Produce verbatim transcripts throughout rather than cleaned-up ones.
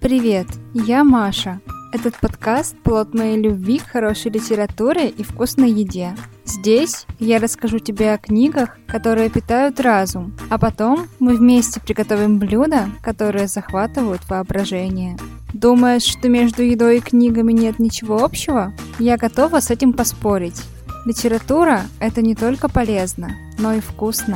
Привет, я Маша. Этот подкаст – плод моей любви к хорошей литературе и вкусной еде. Здесь я расскажу тебе о книгах, которые питают разум, а потом мы вместе приготовим блюда, которые захватывают воображение. Думаешь, что между едой и книгами нет ничего общего? Я готова с этим поспорить. Литература – это не только полезно, но и вкусно.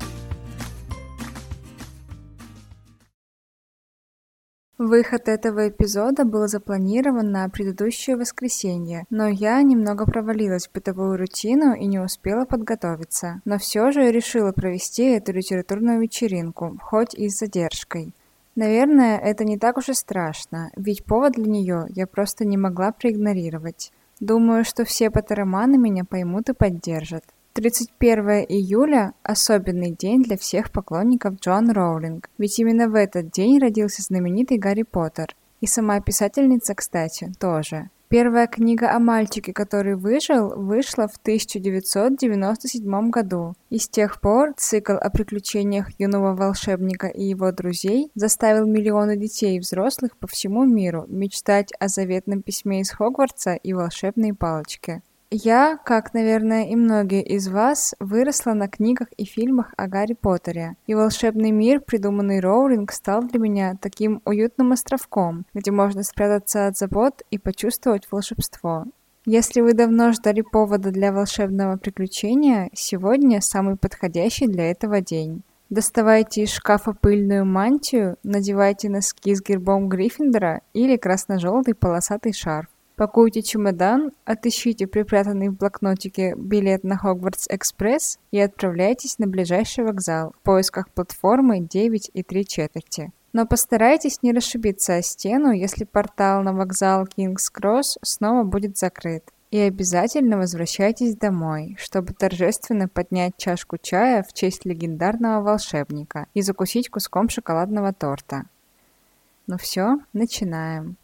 Выход этого эпизода был запланирован на предыдущее воскресенье, но я немного провалилась в бытовую рутину и не успела подготовиться. Но все же решила провести эту литературную вечеринку, хоть и с задержкой. Наверное, это не так уж и страшно, ведь повод для нее я просто не могла проигнорировать. Думаю, что все поттероманы меня поймут и поддержат. тридцать первое июля – особенный день для всех поклонников Джоан Роулинг, ведь именно в этот день родился знаменитый Гарри Поттер. И сама писательница, кстати, тоже. Первая книга о мальчике, который выжил, вышла в тысяча девятьсот девяносто седьмом году, и с тех пор цикл о приключениях юного волшебника и его друзей заставил миллионы детей и взрослых по всему миру мечтать о заветном письме из Хогвартса и волшебной палочке. Я, как, наверное, и многие из вас, выросла на книгах и фильмах о Гарри Поттере, и волшебный мир, придуманный Роулинг, стал для меня таким уютным островком, где можно спрятаться от забот и почувствовать волшебство. Если вы давно ждали повода для волшебного приключения, сегодня самый подходящий для этого день. Доставайте из шкафа пыльную мантию, надевайте носки с гербом Гриффиндора или красно-желтый полосатый шарф. Пакуйте чемодан, отыщите припрятанный в блокнотике билет на Хогвартс-экспресс и отправляйтесь на ближайший вокзал в поисках платформы девять и три четверти. Но постарайтесь не расшибиться о стену, если портал на вокзал Кингс-Кросс снова будет закрыт. И обязательно возвращайтесь домой, чтобы торжественно поднять чашку чая в честь легендарного волшебника и закусить куском шоколадного торта. Ну все, начинаем.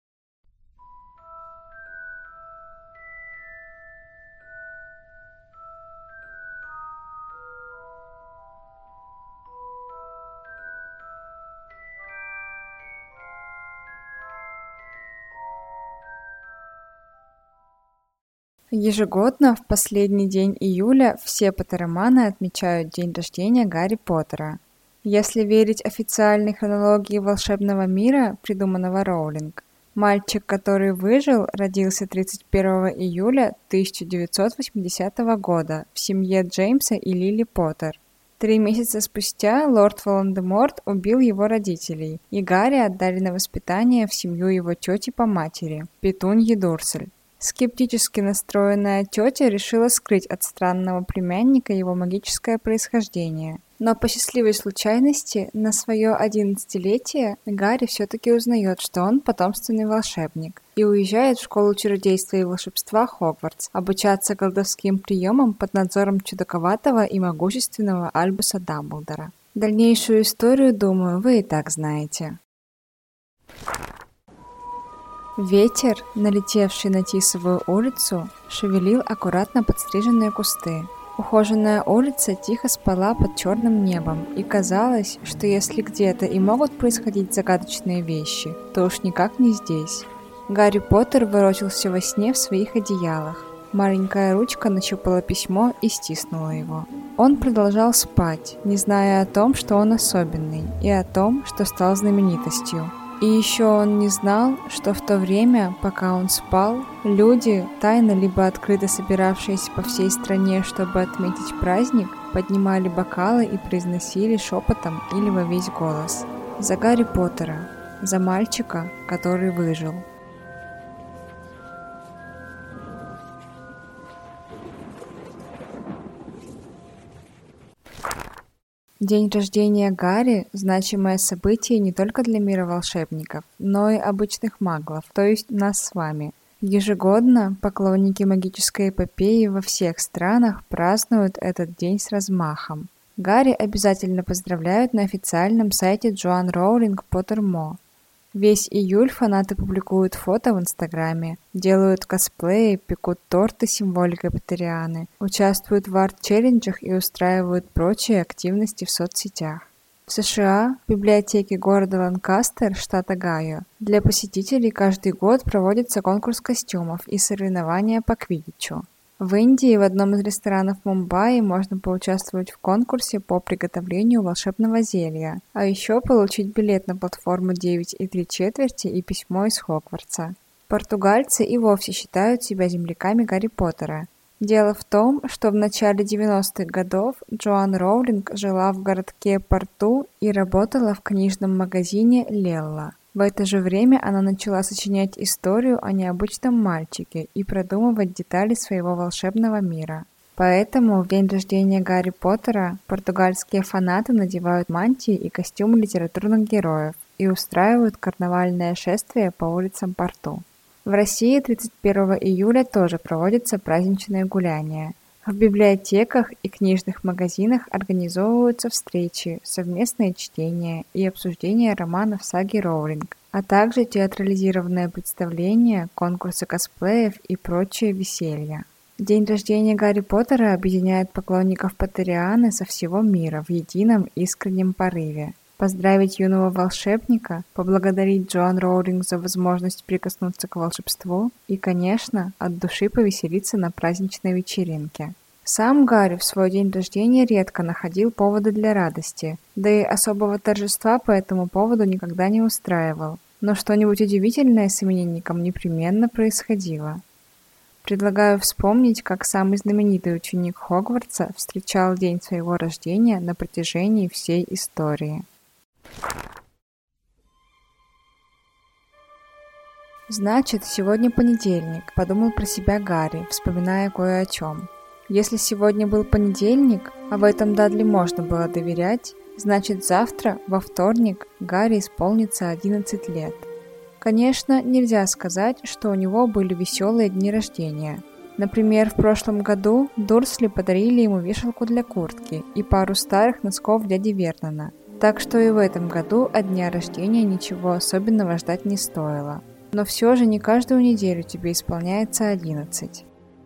Ежегодно в последний день июля все поттероманы отмечают день рождения Гарри Поттера. Если верить официальной хронологии волшебного мира, придуманного Роулинг, мальчик, который выжил, родился тридцать первого июля тысяча девятьсот восьмидесятого года в семье Джеймса и Лили Поттер. Три месяца спустя лорд Волан-де-Морт убил его родителей, и Гарри отдали на воспитание в семью его тети по матери, Петуньи Дурсель. Скептически настроенная тетя решила скрыть от странного племянника его магическое происхождение. Но по счастливой случайности на свое одиннадцатилетие Гарри все-таки узнает, что он потомственный волшебник, и уезжает в школу чародейства и волшебства Хогвартс обучаться колдовским приемам под надзором чудаковатого и могущественного Альбуса Дамблдора. Дальнейшую историю, думаю, вы и так знаете. Ветер, налетевший на Тисовую улицу, шевелил аккуратно подстриженные кусты. Ухоженная улица тихо спала под черным небом, и казалось, что если где-то и могут происходить загадочные вещи, то уж никак не здесь. Гарри Поттер ворочался во сне в своих одеялах. Маленькая ручка нащупала письмо и стиснула его. Он продолжал спать, не зная о том, что он особенный, и о том, что стал знаменитостью. И еще он не знал, что в то время, пока он спал, люди, тайно либо открыто собиравшиеся по всей стране, чтобы отметить праздник, поднимали бокалы и произносили шепотом или во весь голос: «За Гарри Поттера! За мальчика, который выжил!» День рождения Гарри – значимое событие не только для мира волшебников, но и обычных маглов, то есть нас с вами. Ежегодно поклонники магической эпопеи во всех странах празднуют этот день с размахом. Гарри обязательно поздравляют на официальном сайте Джоан Роулинг Поттермо. Весь июль фанаты публикуют фото в Инстаграме, делают косплеи, пекут торты с символикой Поттерианы, участвуют в арт-челленджах и устраивают прочие активности в соцсетях. В США, в библиотеке города Ланкастер, штат Огайо, для посетителей каждый год проводится конкурс костюмов и соревнования по квиддичу. В Индии в одном из ресторанов Мумбаи можно поучаствовать в конкурсе по приготовлению волшебного зелья, а еще получить билет на платформу девять и три четверти и письмо из Хогвартса. Португальцы и вовсе считают себя земляками Гарри Поттера. Дело в том, что в начале девяностых годов Джоан Роулинг жила в городке Порту и работала в книжном магазине Лелла. В это же время она начала сочинять историю о необычном мальчике и продумывать детали своего волшебного мира. Поэтому в день рождения Гарри Поттера португальские фанаты надевают мантии и костюмы литературных героев и устраивают карнавальное шествие по улицам Порту. В России тридцать первого июля тоже проводятся праздничные гуляния. В библиотеках и книжных магазинах организовываются встречи, совместные чтения и обсуждение романов саги Роулинг, а также театрализированные представления, конкурсы косплеев и прочее веселье. День рождения Гарри Поттера объединяет поклонников Поттерианы со всего мира в едином искреннем порыве. Поздравить юного волшебника, поблагодарить Джоан Роулинг за возможность прикоснуться к волшебству и, конечно, от души повеселиться на праздничной вечеринке. Сам Гарри в свой день рождения редко находил поводы для радости, да и особого торжества по этому поводу никогда не устраивал, но что-нибудь удивительное с именинником непременно происходило. Предлагаю вспомнить, как самый знаменитый ученик Хогвартса встречал день своего рождения на протяжении всей истории. «Значит, сегодня понедельник», — подумал про себя Гарри, вспоминая кое о чем. Если сегодня был понедельник, а в этом Дадли можно было доверять, значит завтра, во вторник, Гарри исполнится одиннадцать лет. Конечно, нельзя сказать, что у него были веселые дни рождения. Например, в прошлом году Дурсли подарили ему вешалку для куртки и пару старых носков дяди Вернона. Так что и в этом году от дня рождения ничего особенного ждать не стоило. Но все же не каждую неделю тебе исполняется одиннадцать.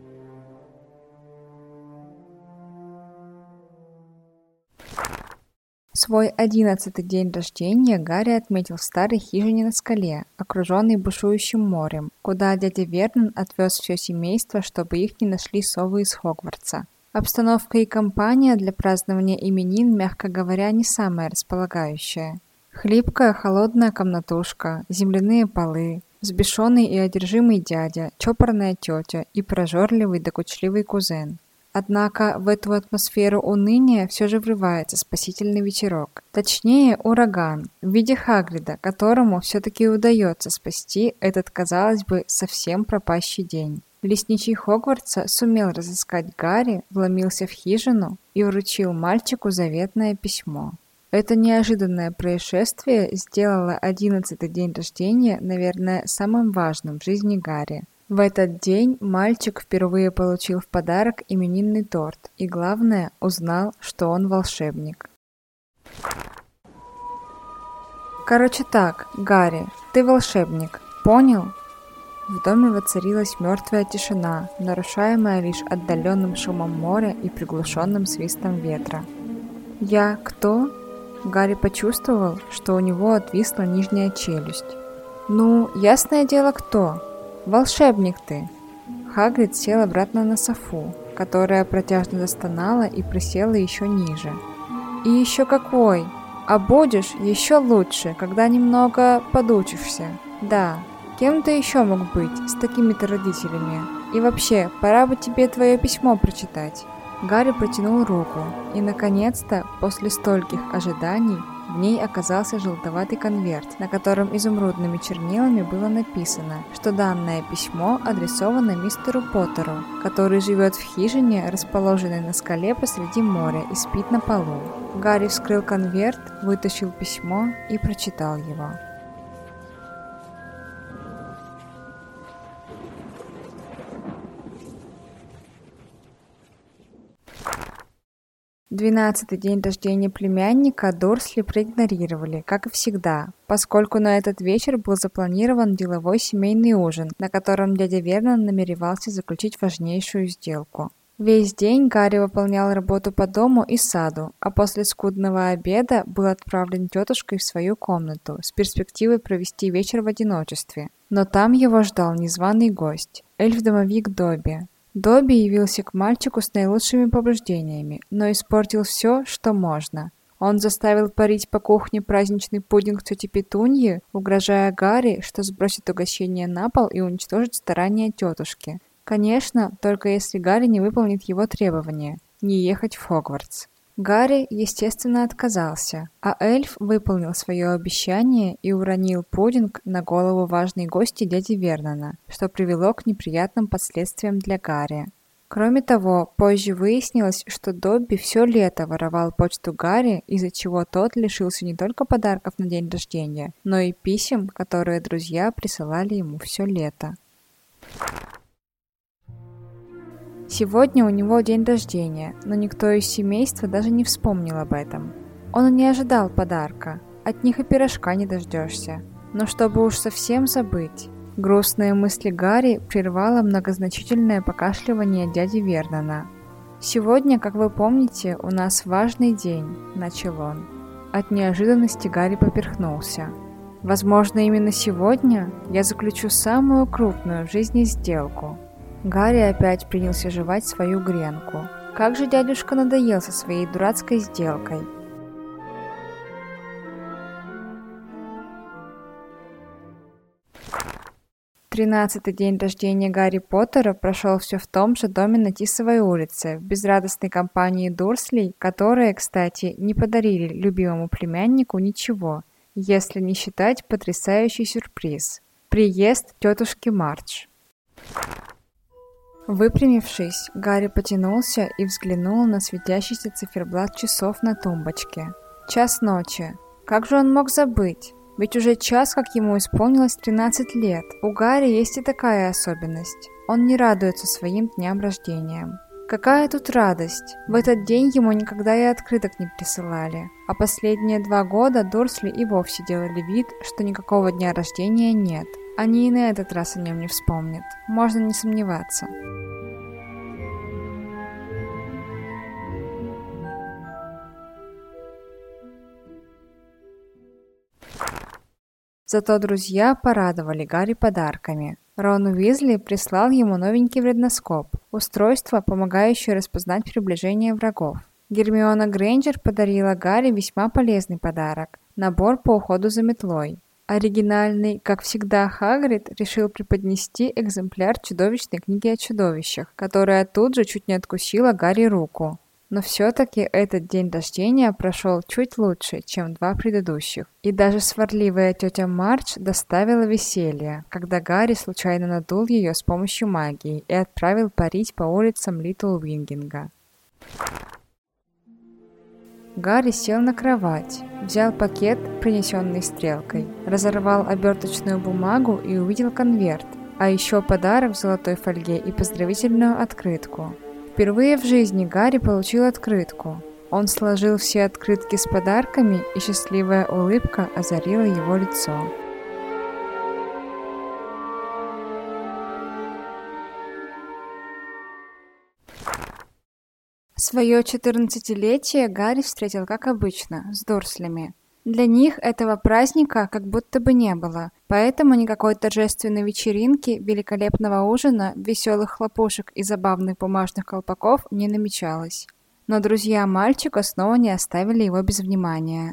Свой одиннадцатый день рождения Гарри отметил в старой хижине на скале, окруженной бушующим морем, куда дядя Вернон отвез все семейство, чтобы их не нашли совы из Хогвартса. Обстановка и компания для празднования именин, мягко говоря, не самая располагающая. Хлипкая, холодная комнатушка, земляные полы, взбешенный и одержимый дядя, чопорная тетя и прожорливый докучливый кузен. Однако в эту атмосферу уныния все же врывается спасительный ветерок. Точнее, ураган в виде Хагрида, которому все-таки удается спасти этот, казалось бы, совсем пропащий день. Лесничий Хогвартса сумел разыскать Гарри, вломился в хижину и вручил мальчику заветное письмо. Это неожиданное происшествие сделало одиннадцатый день рождения, наверное, самым важным в жизни Гарри. В этот день мальчик впервые получил в подарок именинный торт и, главное, узнал, что он волшебник. Короче так, Гарри, ты волшебник, понял? В доме воцарилась мертвая тишина, нарушаемая лишь отдаленным шумом моря и приглушенным свистом ветра. «Я кто?» Гарри почувствовал, что у него отвисла нижняя челюсть. «Ну, ясное дело, кто? Волшебник ты!» Хагрид сел обратно на софу, которая протяжно застонала и присела еще ниже. «И еще какой! А будешь еще лучше, когда немного подучишься. Да, кем ты еще мог быть с такими-то родителями? И вообще, пора бы тебе твое письмо прочитать». Гарри протянул руку, и, наконец-то, после стольких ожиданий, в ней оказался желтоватый конверт, на котором изумрудными чернилами было написано, что данное письмо адресовано мистеру Поттеру, который живет в хижине, расположенной на скале посреди моря, и спит на полу. Гарри вскрыл конверт, вытащил письмо и прочитал его. Двенадцатый день рождения племянника Дурсли проигнорировали, как и всегда, поскольку на этот вечер был запланирован деловой семейный ужин, на котором дядя Вернон намеревался заключить важнейшую сделку. Весь день Гарри выполнял работу по дому и саду, а после скудного обеда был отправлен тетушкой в свою комнату с перспективой провести вечер в одиночестве. Но там его ждал незваный гость – эльф-домовик Добби. Добби явился к мальчику с наилучшими побуждениями, но испортил все, что можно. Он заставил парить по кухне праздничный пудинг тети Петуньи, угрожая Гарри, что сбросит угощение на пол и уничтожит старания тетушки. Конечно, только если Гарри не выполнит его требования – не ехать в Хогвартс. Гарри, естественно, отказался, а эльф выполнил свое обещание и уронил пудинг на голову важной гости дяди Вернона, что привело к неприятным последствиям для Гарри. Кроме того, позже выяснилось, что Добби все лето воровал почту Гарри, из-за чего тот лишился не только подарков на день рождения, но и писем, которые друзья присылали ему все лето. Сегодня у него день рождения, но никто из семейства даже не вспомнил об этом. Он не ожидал подарка, от них и пирожка не дождешься. Но чтобы уж совсем забыть, грустные мысли Гарри прервало многозначительное покашливание дяди Вернона. «Сегодня, как вы помните, у нас важный день», – начал он. От неожиданности Гарри поперхнулся. «Возможно, именно сегодня я заключу самую крупную в жизни сделку». Гарри опять принялся жевать свою гренку. Как же дядюшка надоел со своей дурацкой сделкой. Тринадцатый день рождения Гарри Поттера прошел все в том же доме на Тисовой улице, в безрадостной компании Дурслей, которые, кстати, не подарили любимому племяннику ничего, если не считать потрясающий сюрприз – приезд тетушки Мардж. Выпрямившись, Гарри потянулся и взглянул на светящийся циферблат часов на тумбочке. Час ночи. Как же он мог забыть? Ведь уже час, как ему исполнилось тринадцать лет. У Гарри есть и такая особенность. Он не радуется своим дням рождения. Какая тут радость? В этот день ему никогда и открыток не присылали. А последние два года Дурсли и вовсе делали вид, что никакого дня рождения нет. Они и на этот раз о нем не вспомнят. Можно не сомневаться. Зато друзья порадовали Гарри подарками. Рон Уизли прислал ему новенький вредноскоп – устройство, помогающее распознать приближение врагов. Гермиона Грейнджер подарила Гарри весьма полезный подарок – набор по уходу за метлой. Оригинальный, как всегда, Хагрид решил преподнести экземпляр чудовищной книги о чудовищах, которая тут же чуть не откусила Гарри руку. Но все-таки этот день рождения прошел чуть лучше, чем два предыдущих. И даже сварливая тетя Мардж доставила веселье, когда Гарри случайно надул ее с помощью магии и отправил парить по улицам Литл Уингинга. Гарри сел на кровать, взял пакет, принесенный стрелкой, разорвал оберточную бумагу и увидел конверт, а еще подарок в золотой фольге и поздравительную открытку. Впервые в жизни Гарри получил открытку. Он сложил все открытки с подарками, и счастливая улыбка озарила его лицо. Свое четырнадцатилетие Гарри встретил, как обычно, с Дурслями. Для них этого праздника как будто бы не было, поэтому никакой торжественной вечеринки, великолепного ужина, веселых хлопушек и забавных бумажных колпаков не намечалось. Но друзья мальчика снова не оставили его без внимания.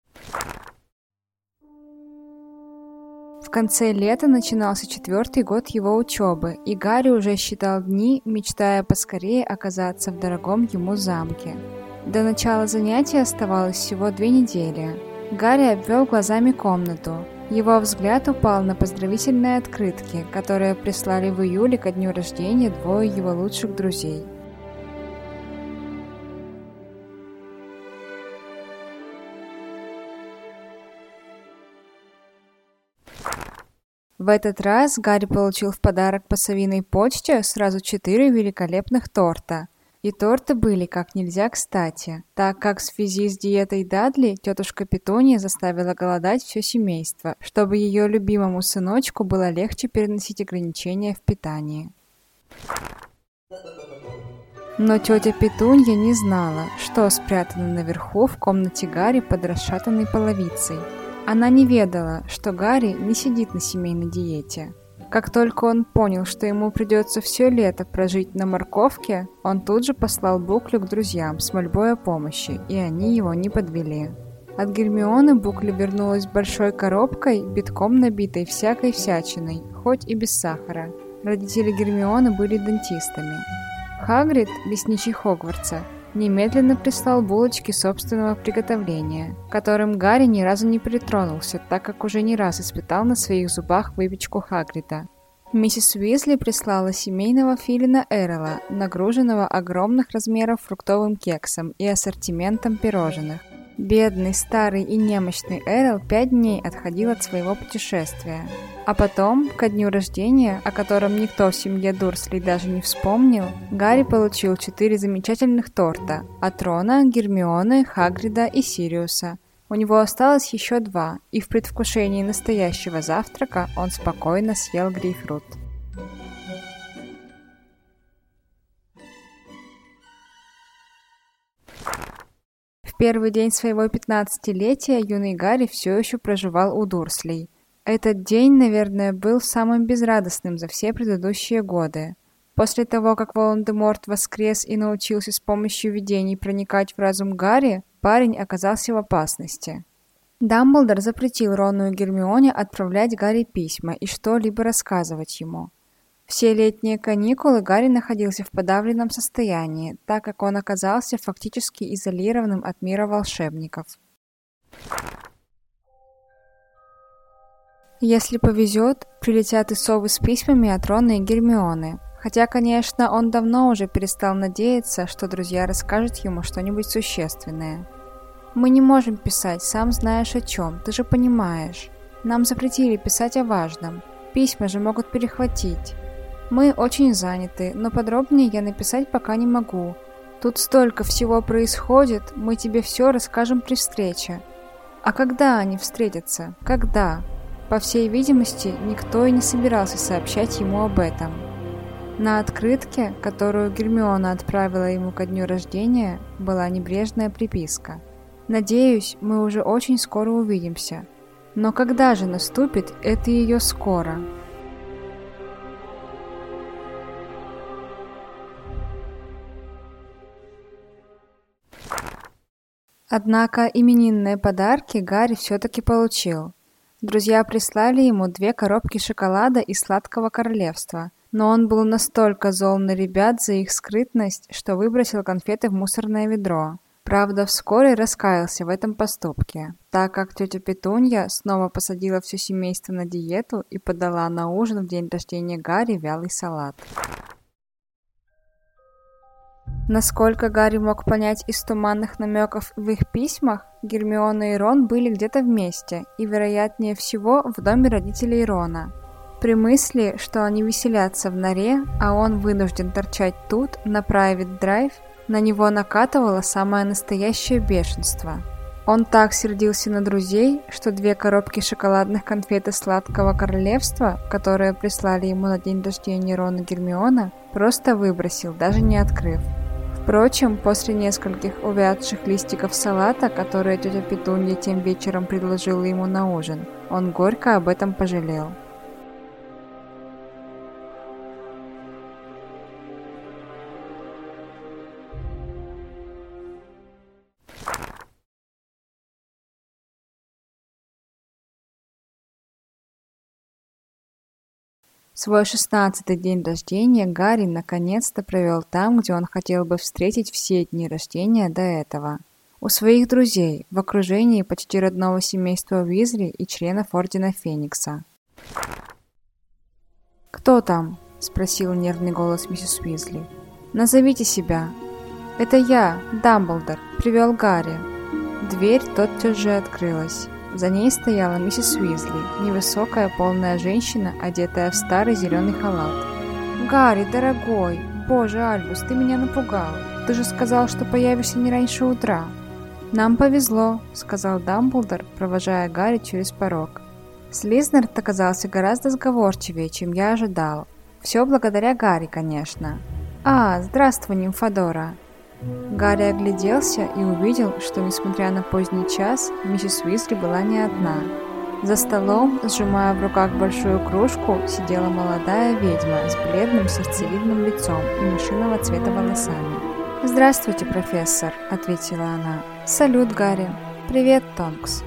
В конце лета начинался четвертый год его учебы, и Гарри уже считал дни, мечтая поскорее оказаться в дорогом ему замке. До начала занятий оставалось всего две недели. Гарри обвел глазами комнату. Его взгляд упал на поздравительные открытки, которые прислали в июле ко дню рождения двое его лучших друзей. В этот раз Гарри получил в подарок по совиной почте сразу четыре великолепных торта. И торты были как нельзя кстати, так как в связи с диетой Дадли тетушка Петунья заставила голодать все семейство, чтобы ее любимому сыночку было легче переносить ограничения в питании. Но тетя Петунья не знала, что спрятано наверху в комнате Гарри под расшатанной половицей. Она не ведала, что Гарри не сидит на семейной диете. Как только он понял, что ему придется все лето прожить на морковке, он тут же послал Буклю к друзьям с мольбой о помощи, и они его не подвели. От Гермионы Букля вернулась с большой коробкой, битком набитой всякой всячиной, хоть и без сахара. Родители Гермионы были дантистами. Хагрид, лесничий Хогвартса, немедленно прислал булочки собственного приготовления, к которым Гарри ни разу не притронулся, так как уже не раз испытал на своих зубах выпечку Хагрида. Миссис Уизли прислала семейного филина Эрла, нагруженного огромных размеров фруктовым кексом и ассортиментом пирожных. Бедный, старый и немощный Эрл пять дней отходил от своего путешествия. А потом, ко дню рождения, о котором никто в семье Дурслей даже не вспомнил, Гарри получил четыре замечательных торта от Рона, Гермионы, Хагрида и Сириуса. У него осталось еще два, и в предвкушении настоящего завтрака он спокойно съел грейпфрут. В первый день своего пятнадцатилетия юный Гарри все еще проживал у Дурслей. Этот день, наверное, был самым безрадостным за все предыдущие годы. После того, как Волан-де-Морт воскрес и научился с помощью видений проникать в разум Гарри, парень оказался в опасности. Дамблдор запретил Рону и Гермионе отправлять Гарри письма и что-либо рассказывать ему. Все летние каникулы Гарри находился в подавленном состоянии, так как он оказался фактически изолированным от мира волшебников. Если повезет, прилетят и совы с письмами от Рона и Гермионы. Хотя, конечно, он давно уже перестал надеяться, что друзья расскажут ему что-нибудь существенное. «Мы не можем писать, сам знаешь о чем, ты же понимаешь. Нам запретили писать о важном. Письма же могут перехватить. Мы очень заняты, но подробнее я написать пока не могу. Тут столько всего происходит, мы тебе все расскажем при встрече». А когда они встретятся? Когда? По всей видимости, никто и не собирался сообщать ему об этом. На открытке, которую Гермиона отправила ему ко дню рождения, была небрежная приписка. «Надеюсь, мы уже очень скоро увидимся. Но когда же наступит это ее скоро?» Однако именинные подарки Гарри все-таки получил. Друзья прислали ему две коробки шоколада из Сладкого Королевства, но он был настолько зол на ребят за их скрытность, что выбросил конфеты в мусорное ведро. Правда, вскоре раскаялся в этом поступке, так как тетя Петунья снова посадила все семейство на диету и подала на ужин в день рождения Гарри вялый салат. Насколько Гарри мог понять из туманных намеков в их письмах, Гермиона и Рон были где-то вместе, и, вероятнее всего, в доме родителей Рона. При мысли, что они веселятся в норе, а он вынужден торчать тут, на Private Drive, на него накатывало самое настоящее бешенство. Он так сердился на друзей, что две коробки шоколадных конфет из Сладкого Королевства, которые прислали ему на день рождения Рон и Гермиона, просто выбросил, даже не открыв. Впрочем, после нескольких увядших листиков салата, которые тетя Петунья тем вечером предложила ему на ужин, он горько об этом пожалел. Свой шестнадцатый день рождения Гарри наконец-то провел там, где он хотел бы встретить все дни рождения до этого. У своих друзей, в окружении почти родного семейства Уизли и членов Ордена Феникса. «Кто там?» – спросил нервный голос миссис Уизли. «Назовите себя». «Это я, Дамблдор, привел Гарри». Дверь тотчас же открылась. За ней стояла миссис Уизли, невысокая полная женщина, одетая в старый зеленый халат. «Гарри, дорогой! Боже, Альбус, ты меня напугал! Ты же сказал, что появишься не раньше утра!» «Нам повезло», — сказал Дамблдор, провожая Гарри через порог. Слизнерд оказался гораздо сговорчивее, чем я ожидал. Все благодаря Гарри, конечно. «А, здравствуй, Нимфодора!» Гарри огляделся и увидел, что, несмотря на поздний час, миссис Уизли была не одна. За столом, сжимая в руках большую кружку, сидела молодая ведьма с бледным сердцевидным лицом и мышиного цвета волосами. «Здравствуйте, профессор», — ответила она. «Салют, Гарри». «Привет, Тонкс».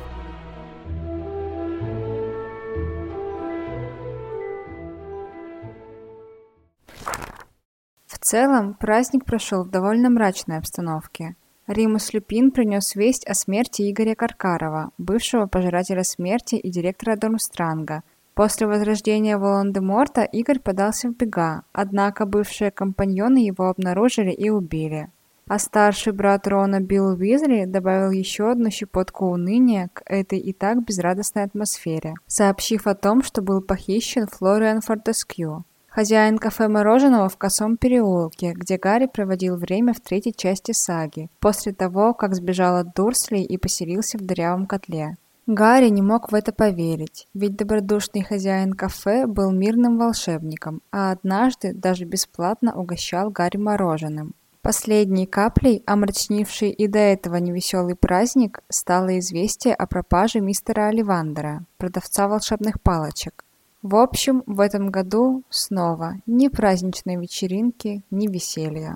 В целом, праздник прошел в довольно мрачной обстановке. Римус Люпин принес весть о смерти Игоря Каркарова, бывшего пожирателя смерти и директора Дурмстранга. После возрождения Волан-де-Морта Игорь подался в бега, однако бывшие компаньоны его обнаружили и убили. А старший брат Рона Билл Уизли добавил еще одну щепотку уныния к этой и так безрадостной атмосфере, сообщив о том, что был похищен Флориан Фортескью, хозяин кафе мороженого в Косом переулке, где Гарри проводил время в третьей части саги, после того, как сбежал от Дурслей и поселился в дырявом котле. Гарри не мог в это поверить, ведь добродушный хозяин кафе был мирным волшебником, а однажды даже бесплатно угощал Гарри мороженым. Последней каплей, омрачнившей и до этого невеселый праздник, стало известие о пропаже мистера Оливандера, продавца волшебных палочек. В общем, в этом году снова ни праздничной вечеринки, ни веселья.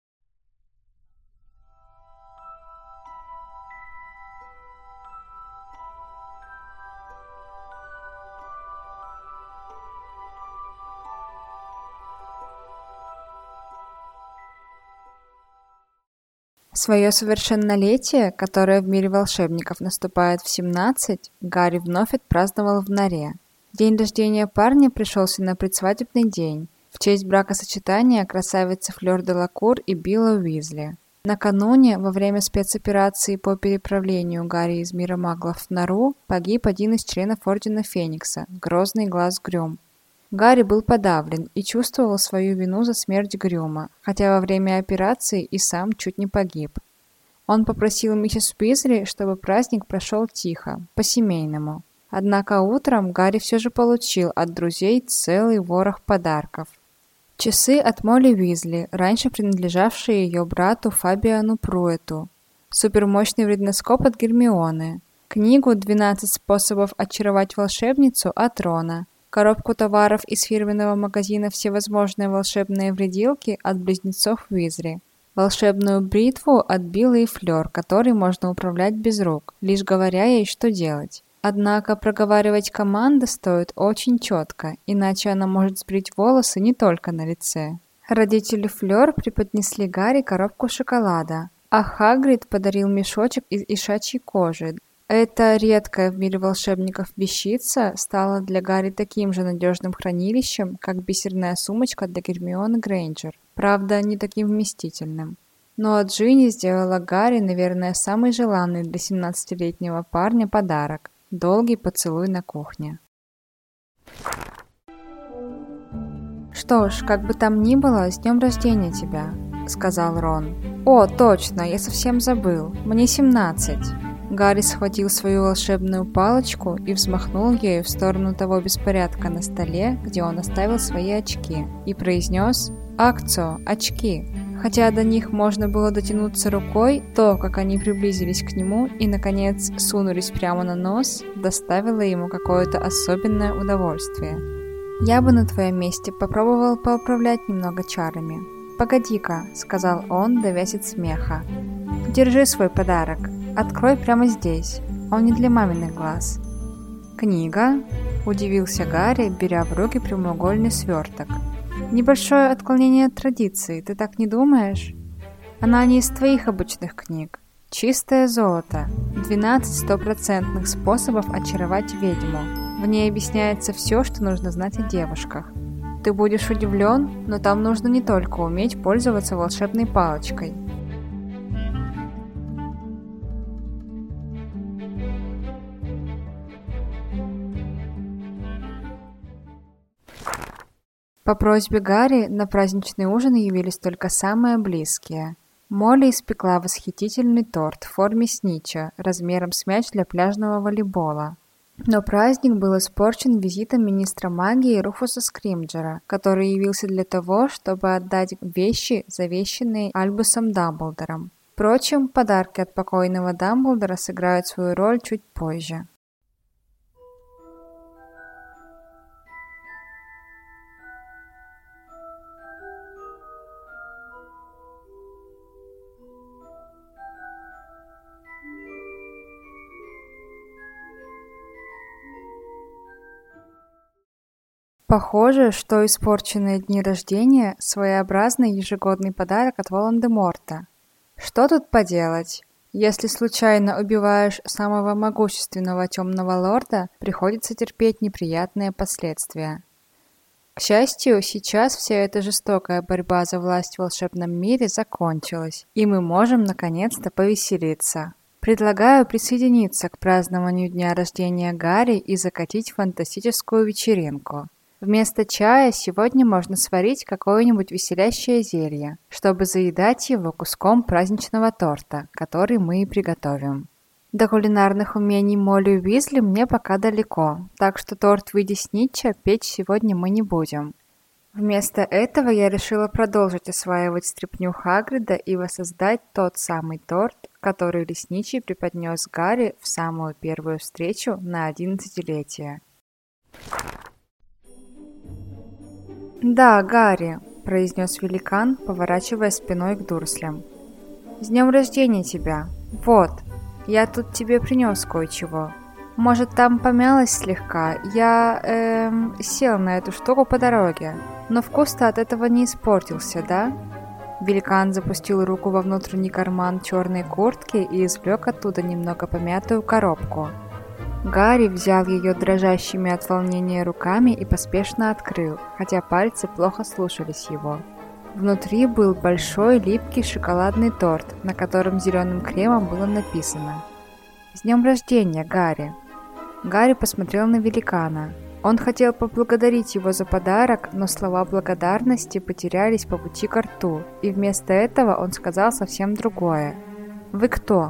Свое совершеннолетие, которое в мире волшебников наступает в семнадцать, Гарри вновь отпраздновал в норе. День рождения парня пришелся на предсвадебный день, в честь бракосочетания красавицы Флёр де Лакур и Билла Уизли. Накануне, во время спецоперации по переправлению Гарри из мира маглов в нору, погиб один из членов Ордена Феникса, Грозный Глаз Грюм. Гарри был подавлен и чувствовал свою вину за смерть Грюма, хотя во время операции и сам чуть не погиб. Он попросил миссис Уизли, чтобы праздник прошел тихо, по-семейному. Однако утром Гарри все же получил от друзей целый ворох подарков. Часы от Молли Уизли, раньше принадлежавшие ее брату Фабиану Пруэту, супермощный вредноскоп от Гермионы, книгу «двенадцать способов очаровать волшебницу» от Рона, коробку товаров из фирменного магазина «Всевозможные волшебные вредилки» от близнецов Уизли, волшебную бритву от Билла и Флёр, которой можно управлять без рук, лишь говоря ей, что делать. Однако проговаривать команды стоит очень четко, иначе она может сбрить волосы не только на лице. Родители Флёр преподнесли Гарри коробку шоколада, а Хагрид подарил мешочек из ишачьей кожи. Эта редкая в мире волшебников вещица стала для Гарри таким же надежным хранилищем, как бисерная сумочка для Гермионы Грейнджер, правда, не таким вместительным. Но Джинни сделала Гарри, наверное, самый желанный для семнадцатилетнего парня подарок – долгий поцелуй на кухне. «Что ж, как бы там ни было, с днем рождения тебя», – сказал Рон. «О, точно, я совсем забыл, мне семнадцать». Гарри схватил свою волшебную палочку и взмахнул ею в сторону того беспорядка на столе, где он оставил свои очки, и произнес «Акцио, очки». Хотя до них можно было дотянуться рукой, то, как они приблизились к нему и, наконец, сунулись прямо на нос, доставило ему какое-то особенное удовольствие. «Я бы на твоем месте попробовал поуправлять немного чарами». «Погоди-ка», — сказал он, давясь от смеха. «Держи свой подарок. Открой прямо здесь. Он не для маминых глаз». «Книга?» – удивился Гарри, беря в руки прямоугольный сверток. «Небольшое отклонение от традиции, ты так не думаешь? Она не из твоих обычных книг. Чистое золото. двенадцать стопроцентных способов очаровать ведьму. В ней объясняется все, что нужно знать о девушках. Ты будешь удивлен, но там нужно не только уметь пользоваться волшебной палочкой». По просьбе Гарри на праздничный ужин явились только самые близкие. Молли испекла восхитительный торт в форме снитча размером с мяч для пляжного волейбола. Но праздник был испорчен визитом министра магии Руфуса Скримджера, который явился для того, чтобы отдать вещи, завещанные Альбусом Дамблдором. Впрочем, подарки от покойного Дамблдора сыграют свою роль чуть позже. Похоже, что испорченные дни рождения – своеобразный ежегодный подарок от Волан-де-Морта. Что тут поделать? Если случайно убиваешь самого могущественного темного лорда, приходится терпеть неприятные последствия. К счастью, сейчас вся эта жестокая борьба за власть в волшебном мире закончилась, и мы можем наконец-то повеселиться. Предлагаю присоединиться к празднованию дня рождения Гарри и закатить фантастическую вечеринку. Вместо чая сегодня можно сварить какое-нибудь веселящее зелье, чтобы заедать его куском праздничного торта, который мы и приготовим. До кулинарных умений Молли Уизли мне пока далеко, так что торт в виде снитча печь сегодня мы не будем. Вместо этого я решила продолжить осваивать стряпню Хагрида и воссоздать тот самый торт, который лесничий преподнес Гарри в самую первую встречу на одиннадцатилетие. «Да, Гарри», – произнес великан, поворачивая спиной к Дурслям. «С днем рождения тебя! Вот, я тут тебе принес кое-чего. Может, там помялось слегка, я, эм, сел на эту штуку по дороге, но вкус-то от этого не испортился, да?» Великан запустил руку во внутренний карман черной куртки и извлек оттуда немного помятую коробку. Гарри взял ее дрожащими от волнения руками и поспешно открыл, хотя пальцы плохо слушались его. Внутри был большой липкий шоколадный торт, на котором зеленым кремом было написано «С днем рождения, Гарри!». Гарри посмотрел на великана. Он хотел поблагодарить его за подарок, но слова благодарности потерялись по пути ко рту, и вместо этого он сказал совсем другое. «Вы кто?»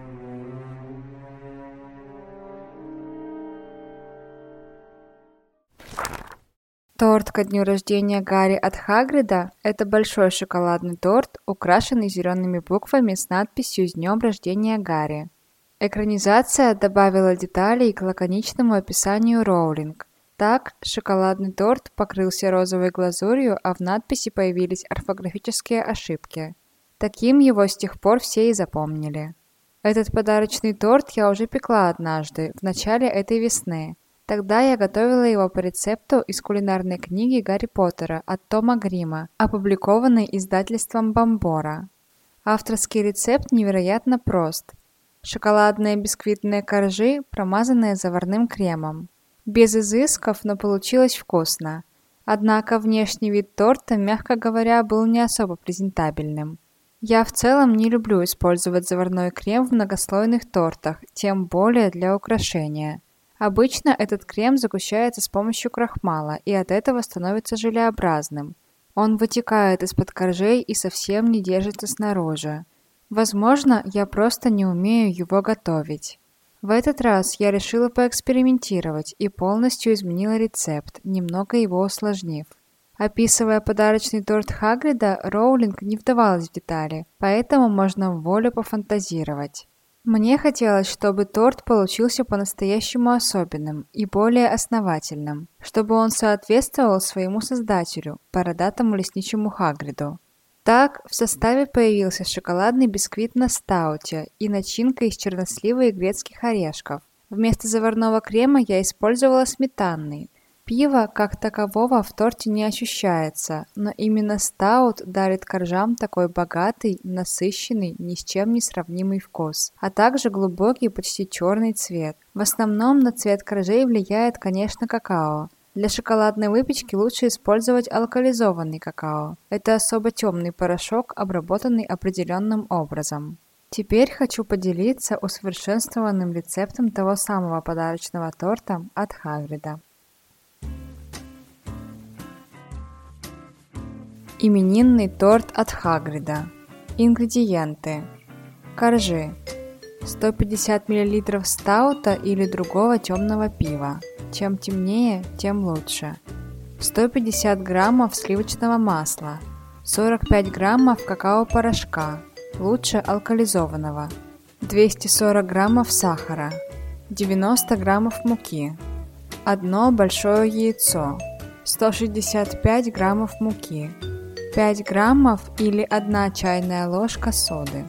Торт ко дню рождения Гарри от Хагрида – это большой шоколадный торт, украшенный зелеными буквами с надписью «С днем рождения, Гарри». Экранизация добавила деталей к лаконичному описанию Роулинг. Так, шоколадный торт покрылся розовой глазурью, а в надписи появились орфографические ошибки. Таким его с тех пор все и запомнили. Этот подарочный торт я уже пекла однажды, в начале этой весны. Тогда я готовила его по рецепту из кулинарной книги Гарри Поттера от Тома Гримма, опубликованной издательством Бомбора. Авторский рецепт невероятно прост. Шоколадные бисквитные коржи, промазанные заварным кремом. Без изысков, но получилось вкусно. Однако внешний вид торта, мягко говоря, был не особо презентабельным. Я в целом не люблю использовать заварной крем в многослойных тортах, тем более для украшения. Обычно этот крем загущается с помощью крахмала и от этого становится желеобразным. Он вытекает из-под коржей и совсем не держится снаружи. Возможно, я просто не умею его готовить. В этот раз я решила поэкспериментировать и полностью изменила рецепт, немного его усложнив. Описывая подарочный торт Хагрида, Роулинг не вдавалась в детали, поэтому можно вволю пофантазировать. Мне хотелось, чтобы торт получился по-настоящему особенным и более основательным, чтобы он соответствовал своему создателю, бородатому лесничему Хагриду. Так, в составе появился шоколадный бисквит на стауте и начинка из чернослива и грецких орешков. Вместо заварного крема я использовала сметанный. Пива, как такового, в торте не ощущается, но именно стаут дарит коржам такой богатый, насыщенный, ни с чем не сравнимый вкус, а также глубокий, почти черный цвет. В основном на цвет коржей влияет, конечно, какао. Для шоколадной выпечки лучше использовать алкализованный какао. Это особо темный порошок, обработанный определенным образом. Теперь хочу поделиться усовершенствованным рецептом того самого подарочного торта от Хагрида. Именинный торт от Хагрида. Ингредиенты. Коржи. сто пятьдесят миллилитров стаута или другого темного пива. Чем темнее, тем лучше. сто пятьдесят граммов сливочного масла. сорок пять граммов какао-порошка, лучше алкализованного. двести сорок граммов сахара. девяносто граммов муки. Одно большое яйцо. сто шестьдесят пять граммов муки. пять граммов или одна чайная ложка соды.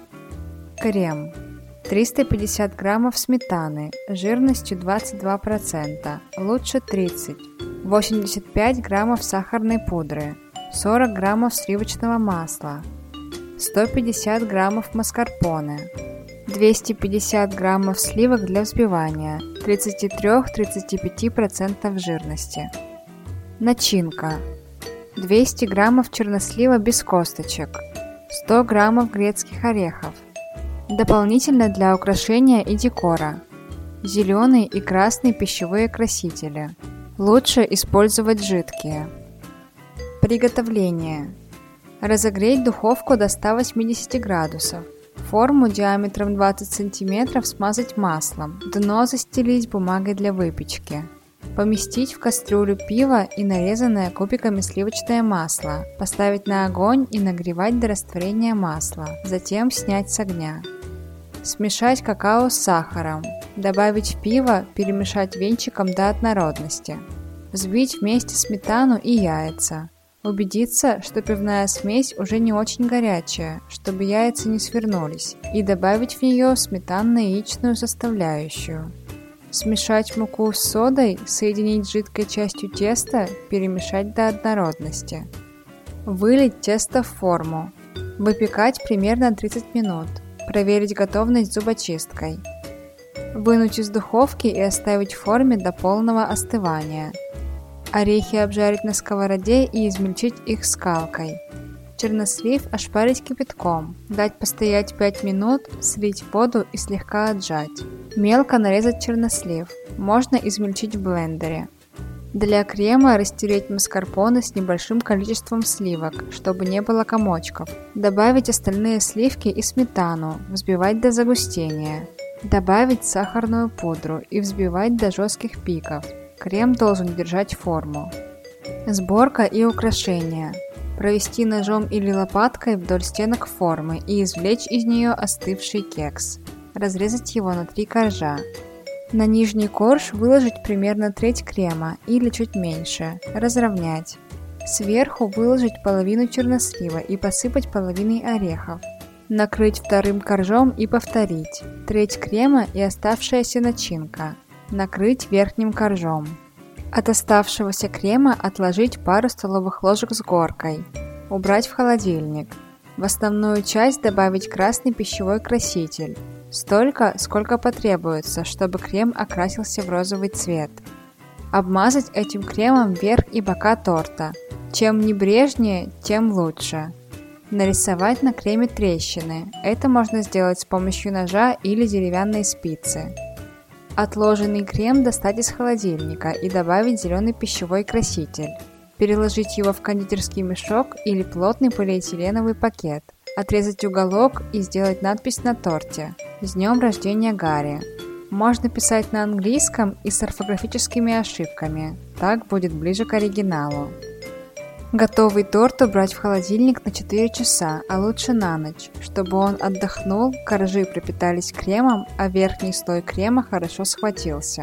Крем. триста пятьдесят граммов сметаны жирностью двадцать два процента, лучше тридцать. восемьдесят пять граммов сахарной пудры. сорок граммов сливочного масла. сто пятьдесят граммов маскарпоне. двести пятьдесят граммов сливок для взбивания, тридцать три - тридцать пять процентов жирности. Начинка. двести граммов чернослива без косточек, сто граммов грецких орехов. Дополнительно для украшения и декора. Зеленый и красный пищевые красители. Лучше использовать жидкие. Приготовление. Разогреть духовку до ста восьмидесяти градусов. Форму диаметром двадцать сантиметров смазать маслом. Дно застелить бумагой для выпечки. Поместить в кастрюлю пиво и нарезанное кубиками сливочное масло. Поставить на огонь и нагревать до растворения масла. Затем снять с огня. Смешать какао с сахаром. Добавить в пиво, перемешать венчиком до однородности. Взбить вместе сметану и яйца. Убедиться, что пивная смесь уже не очень горячая, чтобы яйца не свернулись, и добавить в нее сметанно-яичную составляющую. Смешать муку с содой, соединить с жидкой частью теста, перемешать до однородности. Вылить тесто в форму. Выпекать примерно тридцать минут. Проверить готовность зубочисткой. Вынуть из духовки и оставить в форме до полного остывания. Орехи обжарить на сковороде и измельчить их скалкой. Чернослив ошпарить кипятком, дать постоять пять минут, слить воду и слегка отжать. Мелко нарезать чернослив, можно измельчить в блендере. Для крема растереть маскарпоне с небольшим количеством сливок, чтобы не было комочков. Добавить остальные сливки и сметану, взбивать до загустения. Добавить сахарную пудру и взбивать до жестких пиков. Крем должен держать форму. Сборка и украшения. Провести ножом или лопаткой вдоль стенок формы и извлечь из нее остывший кекс. Разрезать его на три коржа. На нижний корж выложить примерно треть крема или чуть меньше. Разровнять. Сверху выложить половину чернослива и посыпать половиной орехов. Накрыть вторым коржом и повторить. Треть крема и оставшаяся начинка. Накрыть верхним коржом. От оставшегося крема отложить пару столовых ложек с горкой. Убрать в холодильник. В основную часть добавить красный пищевой краситель. Столько, сколько потребуется, чтобы крем окрасился в розовый цвет. Обмазать этим кремом верх и бока торта. Чем небрежнее, тем лучше. Нарисовать на креме трещины. Это можно сделать с помощью ножа или деревянной спицы. Отложенный крем достать из холодильника и добавить зеленый пищевой краситель. Переложить его в кондитерский мешок или плотный полиэтиленовый пакет. Отрезать уголок и сделать надпись на торте «С днем рождения, Гарри». Можно писать на английском и с орфографическими ошибками, так будет ближе к оригиналу. Готовый торт убрать в холодильник на четыре часа, а лучше на ночь, чтобы он отдохнул, коржи пропитались кремом, а верхний слой крема хорошо схватился.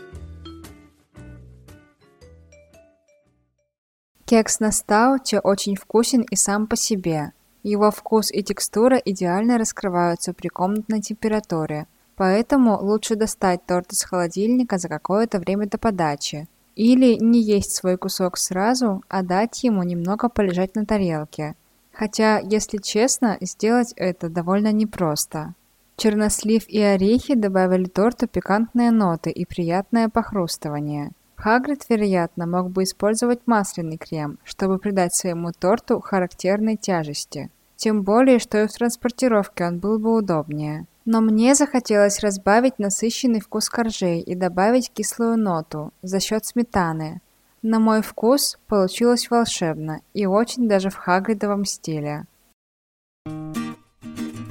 Кекс на стауте очень вкусен и сам по себе. Его вкус и текстура идеально раскрываются при комнатной температуре, поэтому лучше достать торт из холодильника за какое-то время до подачи. Или не есть свой кусок сразу, а дать ему немного полежать на тарелке. Хотя, если честно, сделать это довольно непросто. Чернослив и орехи добавили торту пикантные ноты и приятное похрустывание. Хагрид, вероятно, мог бы использовать масляный крем, чтобы придать своему торту характерной тяжести. Тем более, что и в транспортировке он был бы удобнее. Но мне захотелось разбавить насыщенный вкус коржей и добавить кислую ноту за счет сметаны. На мой вкус получилось волшебно и очень даже в хагридовом стиле.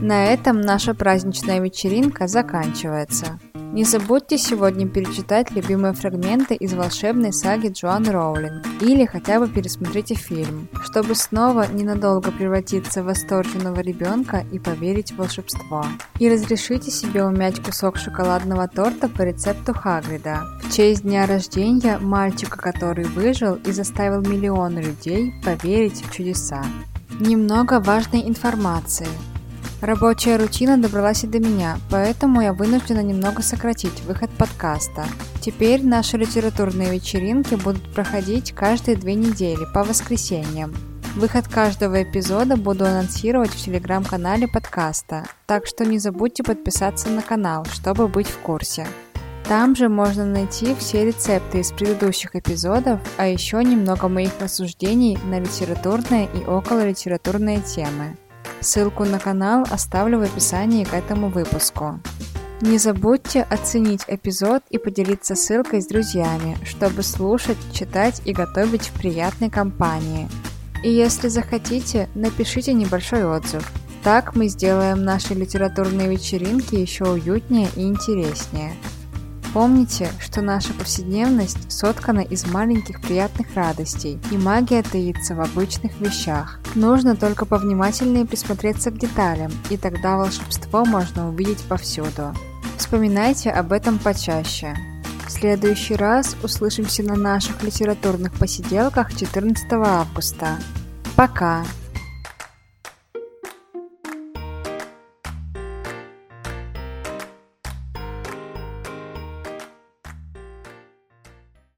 На этом наша праздничная вечеринка заканчивается. Не забудьте сегодня перечитать любимые фрагменты из волшебной саги Джоан Роулинг или хотя бы пересмотрите фильм, чтобы снова ненадолго превратиться в восторженного ребенка и поверить в волшебство. И разрешите себе умять кусок шоколадного торта по рецепту Хагрида в честь дня рождения мальчика, который выжил и заставил миллионы людей поверить в чудеса. Немного важной информации. Рабочая рутина добралась и до меня, поэтому я вынуждена немного сократить выход подкаста. Теперь наши литературные вечеринки будут проходить каждые две недели по воскресеньям. Выход каждого эпизода буду анонсировать в телеграм-канале подкаста, так что не забудьте подписаться на канал, чтобы быть в курсе. Там же можно найти все рецепты из предыдущих эпизодов, а еще немного моих рассуждений на литературные и окололитературные темы. Ссылку на канал оставлю в описании к этому выпуску. Не забудьте оценить эпизод и поделиться ссылкой с друзьями, чтобы слушать, читать и готовить в приятной компании. И если захотите, напишите небольшой отзыв. Так мы сделаем наши литературные вечеринки еще уютнее и интереснее. Помните, что наша повседневность соткана из маленьких приятных радостей, и магия таится в обычных вещах. Нужно только повнимательнее присмотреться к деталям, и тогда волшебство можно увидеть повсюду. Вспоминайте об этом почаще. В следующий раз услышимся на наших литературных посиделках четырнадцатого августа. Пока!